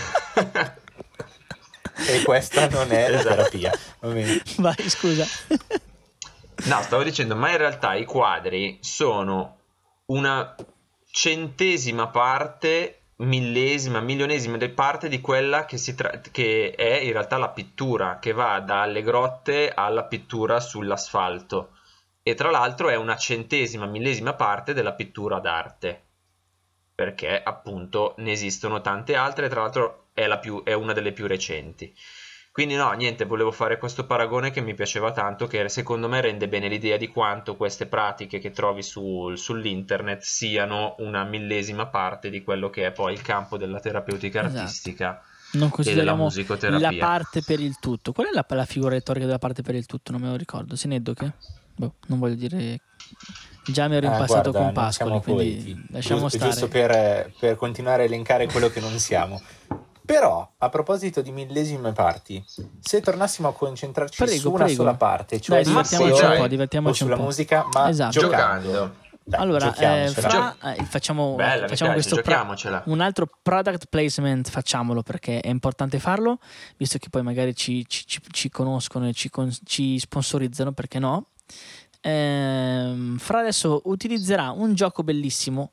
E questa non è la terapia. Vai, scusa. No, stavo dicendo, ma in realtà i quadri sono una centesima parte, millesima, milionesima di parte di quella che è in realtà la pittura, che va dalle grotte alla pittura sull'asfalto, e tra l'altro è una centesima, millesima parte della pittura d'arte, perché appunto ne esistono tante altre, tra l'altro è una delle più recenti. Quindi no, niente, volevo fare questo paragone che mi piaceva tanto, che secondo me rende bene l'idea di quanto queste pratiche che trovi sull'internet siano una millesima parte di quello che è poi il campo della terapeutica artistica. Non consideriamo e della musicoterapia. La parte per il tutto. Qual è la figura retorica della parte per il tutto? Non me lo ricordo. Sineddoche? Non voglio dire... Già mi ero impassato con Pascoli, quindi lasciamo stare. Giusto per continuare a elencare quello che non siamo. Però, a proposito di millesime parti, se tornassimo a concentrarci su una sola parte, cioè divertiamoci un po', musica, ma giocando. Dai, allora, facciamo questo un altro product placement, facciamolo perché è importante farlo, visto che poi magari ci conoscono e ci sponsorizzano, perché no? Fra adesso utilizzerà un gioco bellissimo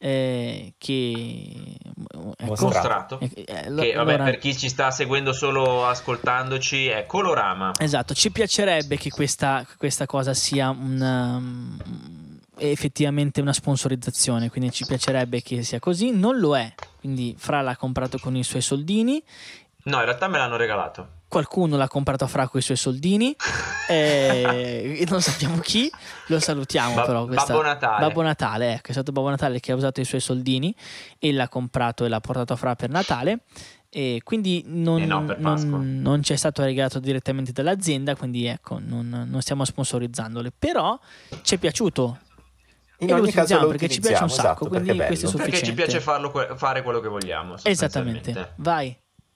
che mostrato per chi ci sta seguendo solo ascoltandoci è Colorama. Esatto, ci piacerebbe che questa cosa sia effettivamente una sponsorizzazione, quindi ci piacerebbe che sia così. Non lo è, quindi Fra l'ha comprato con i suoi soldini. No, in realtà me l'hanno regalato. Qualcuno l'ha comprato a Fra con i suoi soldini, non sappiamo chi, lo salutiamo però. Babbo Natale. Babbo Natale, ecco, è stato Babbo Natale che ha usato i suoi soldini e l'ha comprato e l'ha portato a Fra per Natale. E quindi non ci è stato regalato direttamente dall'azienda, quindi ecco, non stiamo sponsorizzandole, però ci è piaciuto. In ogni caso lo perché ci piace un sacco, esatto, quindi questo è sufficiente. Perché ci piace fare quello che vogliamo. Esattamente, vai.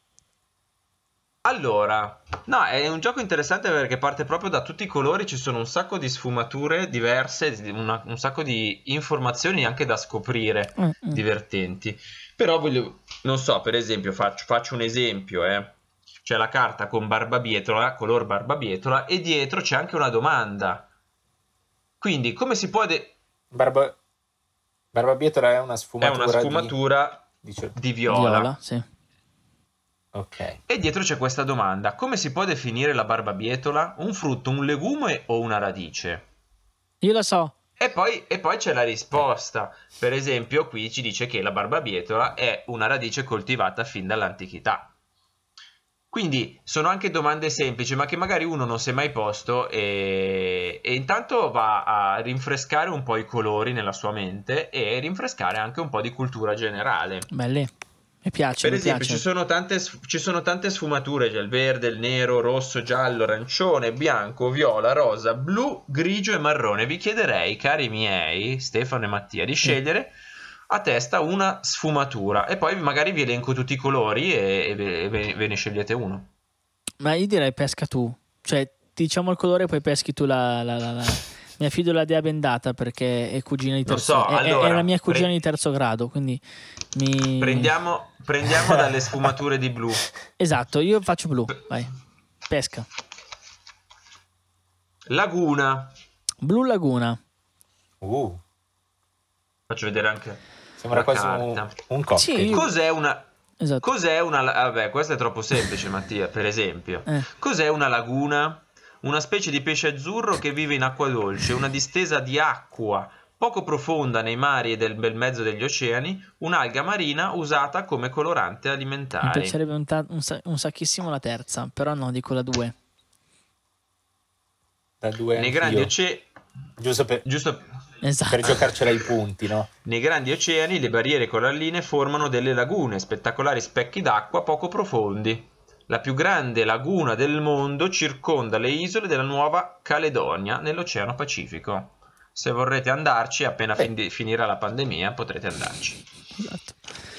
Allora, no, è un gioco interessante perché parte proprio da tutti i colori, ci sono un sacco di sfumature diverse, un sacco di informazioni anche da scoprire, divertenti. Però non so, per esempio, faccio un esempio, c'è la carta con Barbabietola, color Barbabietola, e dietro c'è anche una domanda. Quindi, come si può... Barbabietola è una sfumatura, di viola. Sì. Ok. E dietro c'è questa domanda: come si può definire la barbabietola? Un frutto, un legume o una radice? Io lo so. E poi c'è la risposta. Per esempio, qui ci dice che la barbabietola è una radice coltivata fin dall'antichità. Quindi sono anche domande semplici, ma che magari uno non si è mai posto, e intanto va a rinfrescare un po' i colori nella sua mente e rinfrescare anche un po' di cultura generale. Belle. Mi piace. Per esempio, ci sono tante sfumature, c'è il verde, il nero, rosso, giallo, arancione, bianco, viola, rosa, blu, grigio e marrone. Vi chiederei, cari miei, Stefano e Mattia, di scegliere a testa una sfumatura e poi magari vi elenco tutti i colori e ve ne scegliete uno. Ma io direi pesca tu, cioè diciamo il colore e poi peschi tu mi affido alla dea bendata perché è cugina di terzo è la mia cugina di terzo grado, quindi prendiamo dalle sfumature di blu. Esatto, io faccio blu, vai, pesca. Laguna. Blu laguna. Faccio vedere anche. Sembra quasi un cocktail. Sì, Cos'è una... Esatto. Cos'è una... Vabbè, questo è troppo semplice, Mattia, per esempio. Cos'è una laguna? Una specie di pesce azzurro che vive in acqua dolce, una distesa di acqua poco profonda nei mari e del bel mezzo degli oceani, un'alga marina usata come colorante alimentare. Mi piacerebbe un sacchissimo la terza, però no, dico la 2. La 2 nei grandi oceani. Giusto esatto. Per giocarcela ai punti, no? Nei grandi oceani le barriere coralline formano delle lagune, spettacolari specchi d'acqua poco profondi. La più grande laguna del mondo circonda le isole della Nuova Caledonia nell'Oceano Pacifico. Se vorrete andarci, appena finirà la pandemia, potrete andarci. Esatto.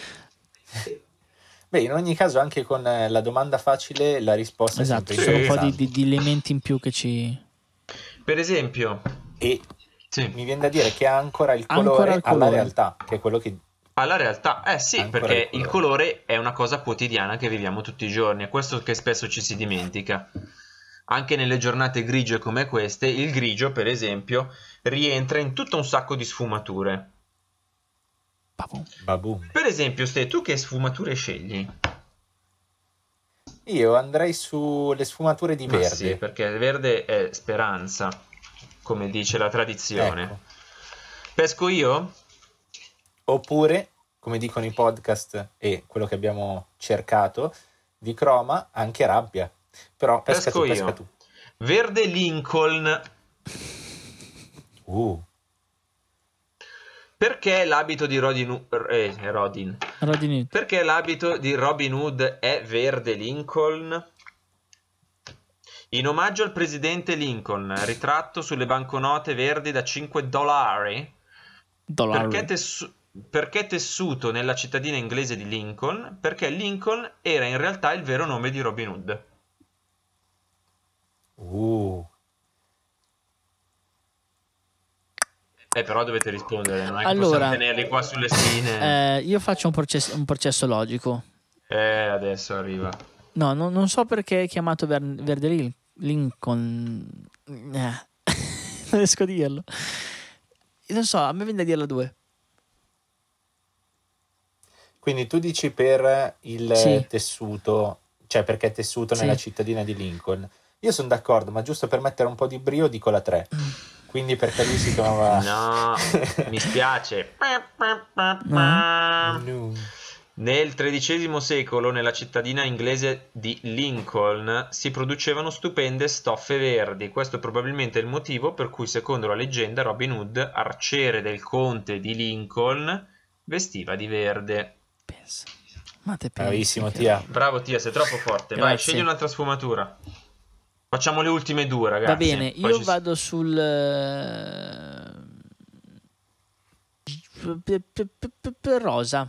Beh, in ogni caso, anche con la domanda facile, la risposta è sempre ci sono un po' di elementi in più che ci... Per esempio... mi viene da dire che ha ancora il colore alla realtà, che è quello che... Alla realtà, sì, perché il colore è una cosa quotidiana che viviamo tutti i giorni, è questo che spesso ci si dimentica. Anche nelle giornate grigie come queste, il grigio, per esempio, rientra in tutto un sacco di sfumature. Baboom. Per esempio, Ste, tu che sfumature scegli? Io andrei sulle sfumature di verde. Sì, perché il verde è speranza, come dice la tradizione. Ecco. Pesco io? Oppure, come dicono i podcast e quello che abbiamo cercato, di croma anche rabbia. Però pesca tu. Verde Lincoln. Perché l'abito di Robin Hood? Perché l'abito di Robin Hood è verde Lincoln? In omaggio al presidente Lincoln, ritratto sulle banconote verdi da $5. Perché tessuto nella cittadina inglese di Lincoln? Perché Lincoln era in realtà il vero nome di Robin Hood. Però dovete rispondere, non è che possiamo tenerli qua sulle spine. Io faccio un processo logico. Adesso arriva. No, non so perché è chiamato verde Lincoln. Non riesco a dirlo. Non so, a me viene da dirlo 2. Quindi tu dici per il tessuto, cioè perché è tessuto nella cittadina di Lincoln. Io sono d'accordo, ma giusto per mettere un po' di brio dico la 3. quindi perché lui si chiamava... No, mi spiace. No. Nel XIII secolo, nella cittadina inglese di Lincoln, si producevano stupende stoffe verdi. Questo è probabilmente il motivo per cui, secondo la leggenda, Robin Hood, arciere del conte di Lincoln, vestiva di verde. Pensa. Ma te pensi Bravissimo, che- Tia. Bravo Tia, sei troppo forte. Vai, Grazie. scegli un'altra sfumatura. Facciamo le ultime due, ragazzi. Va bene, Poi io ci- vado sul rosa.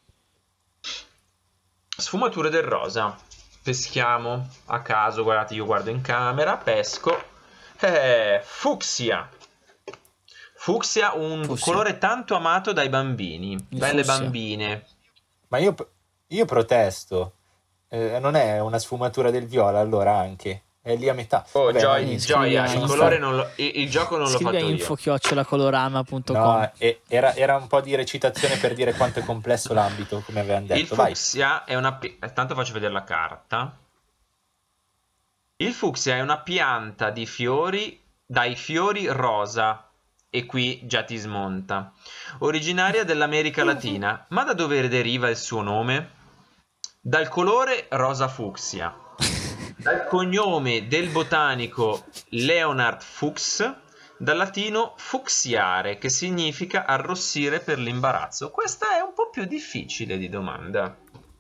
Sfumature del rosa. Peschiamo a caso, guardate, io guardo in camera, pesco. Fucsia. Fucsia, un Fucsia. colore tanto amato dai bambini. Il Belle fucsia. bambine. Ma io protesto. Non è una sfumatura del viola, allora anche. È lì a metà. Oh, Vabbè, Joy, scrivi Gioia, a il info. colore non lo, il gioco non l'ho Scrivi a fatto io. info@colorama.com. No, era un po' di recitazione per dire quanto è complesso l'ambito, come avevamo Il detto. Vai. fucsia è una... Tanto faccio vedere la carta. Il fucsia è una pianta di fiori, dai fiori rosa, e qui già ti smonta, originaria dell'America Latina. Ma da dove deriva il suo nome? Dal colore rosa fucsia, dal cognome del botanico Leonard Fuchs, dal latino fucsiare, che significa arrossire per l'imbarazzo. Questa è un po' più difficile di domanda.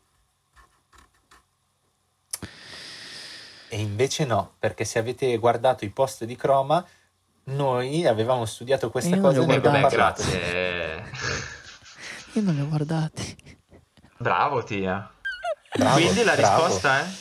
E invece no, perché se avete guardato i post di Croma, noi avevamo studiato questa Io non cosa li e ho ne abbiamo Vabbè, guardati. parlato. grazie. Io non li ho guardati. Bravo, Tia. Bravo, Quindi la bravo. risposta è?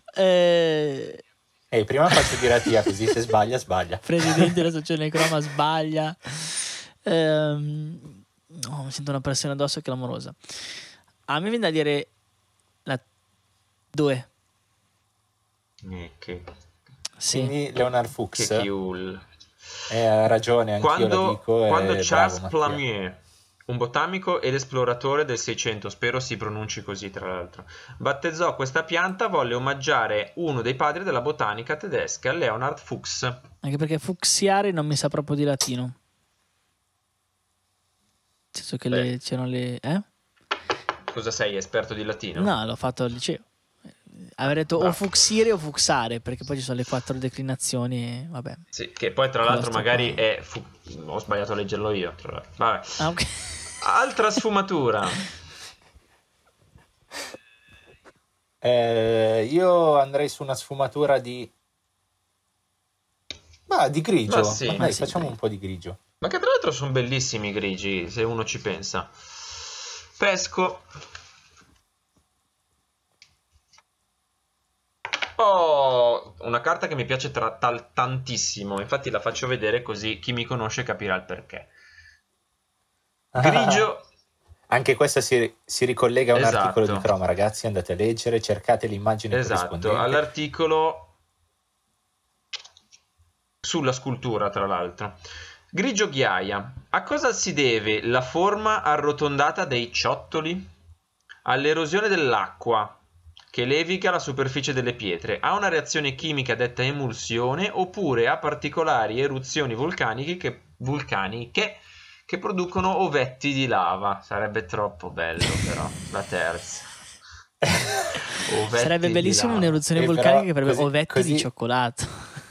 Prima faccio dire a Tia, così se sbaglia, sbaglia. Presidente dell'associazione Croma sbaglia. No, mi sento una pressione addosso clamorosa. A me viene da dire la 2. Che Sì. Quindi Leonard Fuchs. chiul. Ha ragione, anch'io la dico. Quando bravo, Charles Mattia. Plamier, un botanico ed esploratore del 600, spero si pronunci così tra l'altro, battezzò questa pianta, volle omaggiare uno dei padri della botanica tedesca, Leonard Fuchs. Anche perché fucsiare non mi sa proprio di latino. Nel senso che Beh. c'erano le... Cosa sei, esperto di latino? No, l'ho fatto al liceo. Avrei detto o Bravo. fuxire o fuxare, perché poi ci sono le 4 declinazioni e vabbè. Sì, che poi tra Cosa l'altro sto magari qua? è... Ho sbagliato a leggerlo io, tra l'altro. Vabbè. Ah, ok. Altra sfumatura. Io andrei su una sfumatura di... di grigio. Ma sì. Dai, Ma sì, facciamo dai. un po' di grigio. Ma che tra l'altro sono bellissimi i grigi, se uno ci pensa. Pesco. Oh, una carta che mi piace tantissimo, infatti la faccio vedere così chi mi conosce capirà il perché. Grigio, Anche questa si ricollega a un Esatto. articolo di Croma, ragazzi. Andate a leggere, cercate l'immagine esatto, corrispondente. all'articolo sulla scultura, tra l'altro. Grigio ghiaia. A cosa si deve la forma arrotondata dei ciottoli? All'erosione dell'acqua che leviga la superficie delle pietre, a una reazione chimica detta emulsione, oppure a particolari eruzioni vulcaniche che producono ovetti di lava. Sarebbe troppo bello, però, la terza. Ovetti Sarebbe di bellissimo lava. un'eruzione Però vulcanica che avrebbe così- ovetti di così- cioccolato.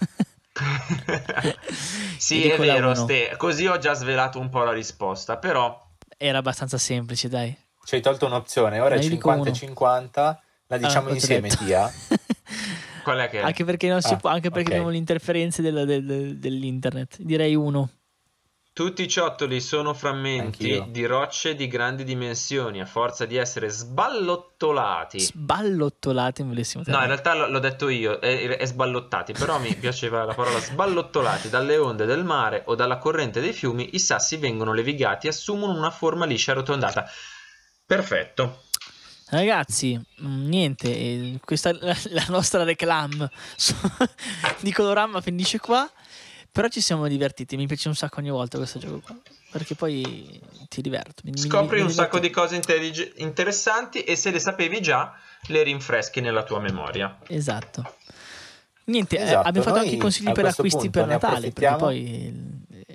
Sì, Ti dico è la vero, uno. Ste. Così ho già svelato un po' la risposta, però Era abbastanza semplice, dai. Ci hai tolto un'opzione, ora Ma è io dico 50 e uno. 50. La diciamo Ah, insieme, l'ho detto. Tia. qual è che è? Anche perché non si può, anche perché ok. abbiamo le interferenze dell'internet. Direi 1. Tutti i ciottoli sono frammenti Anch'io. di rocce di grandi dimensioni, a forza di essere sballottolati. Sballottolati, un bellissimo No, in termine. realtà l'ho detto io, è sballottati, però mi piaceva la parola sballottolati dalle onde del mare o dalla corrente dei fiumi, i sassi vengono levigati e assumono una forma liscia e arrotondata. Perfetto. Ragazzi, niente, questa la nostra reclam di Colorama finisce qua, però ci siamo divertiti, mi piace un sacco ogni volta questo gioco qua, perché poi ti diverto. Scopri un sacco di diverto. cose interessanti e se le sapevi già, le rinfreschi nella tua memoria. Esatto. Niente, Esatto, abbiamo fatto noi anche i consigli a per questo acquisti punto per ne Natale, perché approfittiamo. poi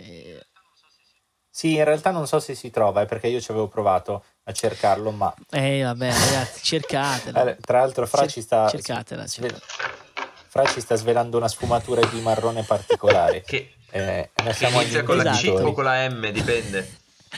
Sì, in realtà non so se si trova, perché io ci avevo provato a cercarlo, ma... Vabbè, ragazzi, cercatela. Tra l'altro Fra ci sta... Cercatela. Fra ci sta svelando una sfumatura di marrone particolare. Che ne siamo inizia con la C Esatto. o con la M, dipende.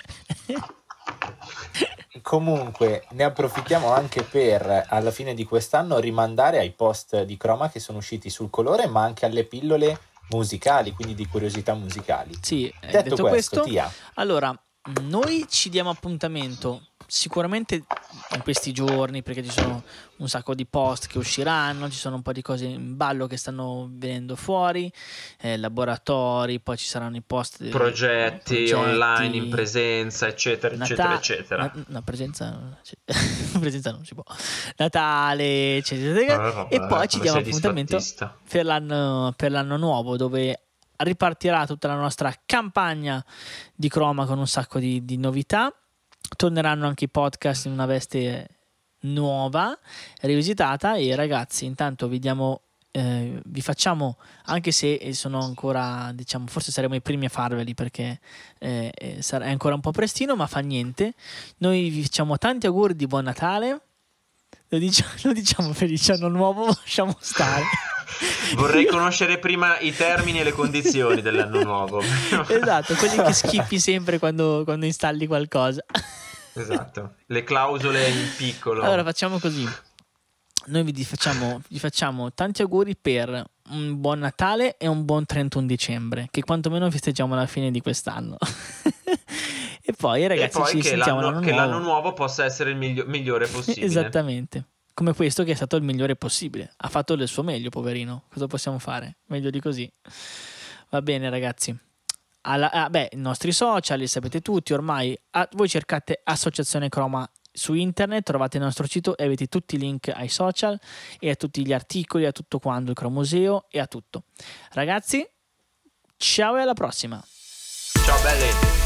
Comunque ne approfittiamo anche per, alla fine di quest'anno, rimandare ai post di Croma che sono usciti sul colore, ma anche alle pillole musicali, quindi di curiosità musicali. Sì, detto questo, Tia. Allora, noi ci diamo appuntamento sicuramente in questi giorni, perché ci sono un sacco di post che usciranno, ci sono un po' di cose in ballo che stanno venendo fuori, laboratori, poi ci saranno i post progetti online in presenza, eccetera, eccetera. Presenza non si può. Natale, eccetera. E poi ci diamo appuntamento per l'anno nuovo, dove ripartirà tutta la nostra campagna di Croma con un sacco di novità. Torneranno anche i podcast in una veste nuova, rivisitata. E ragazzi, intanto vi facciamo, anche se sono ancora, diciamo, forse saremo i primi a farveli, perché è ancora un po' prestino, ma fa niente. Noi vi facciamo tanti auguri di buon Natale. Lo diciamo felice anno nuovo, lasciamo stare. Vorrei conoscere prima i termini e le condizioni dell'anno nuovo. Esatto, quelli che schippi sempre quando installi qualcosa. Esatto, le clausole in piccolo. Allora facciamo così: noi vi facciamo tanti auguri per un buon Natale e un buon 31 dicembre, che quantomeno festeggiamo alla fine di quest'anno. E poi ragazzi, ci sentiamo che l'anno nuovo possa essere il migliore possibile. Esattamente, come questo che è stato il migliore possibile. Ha fatto del suo meglio, poverino. Cosa possiamo fare? Meglio di così. Va bene ragazzi. I nostri social li sapete tutti ormai. Voi cercate Associazione Croma su internet, trovate il nostro sito e avete tutti i link ai social e a tutti gli articoli, a tutto quanto il Cromuseo e a tutto. Ragazzi, ciao e alla prossima. Ciao belli.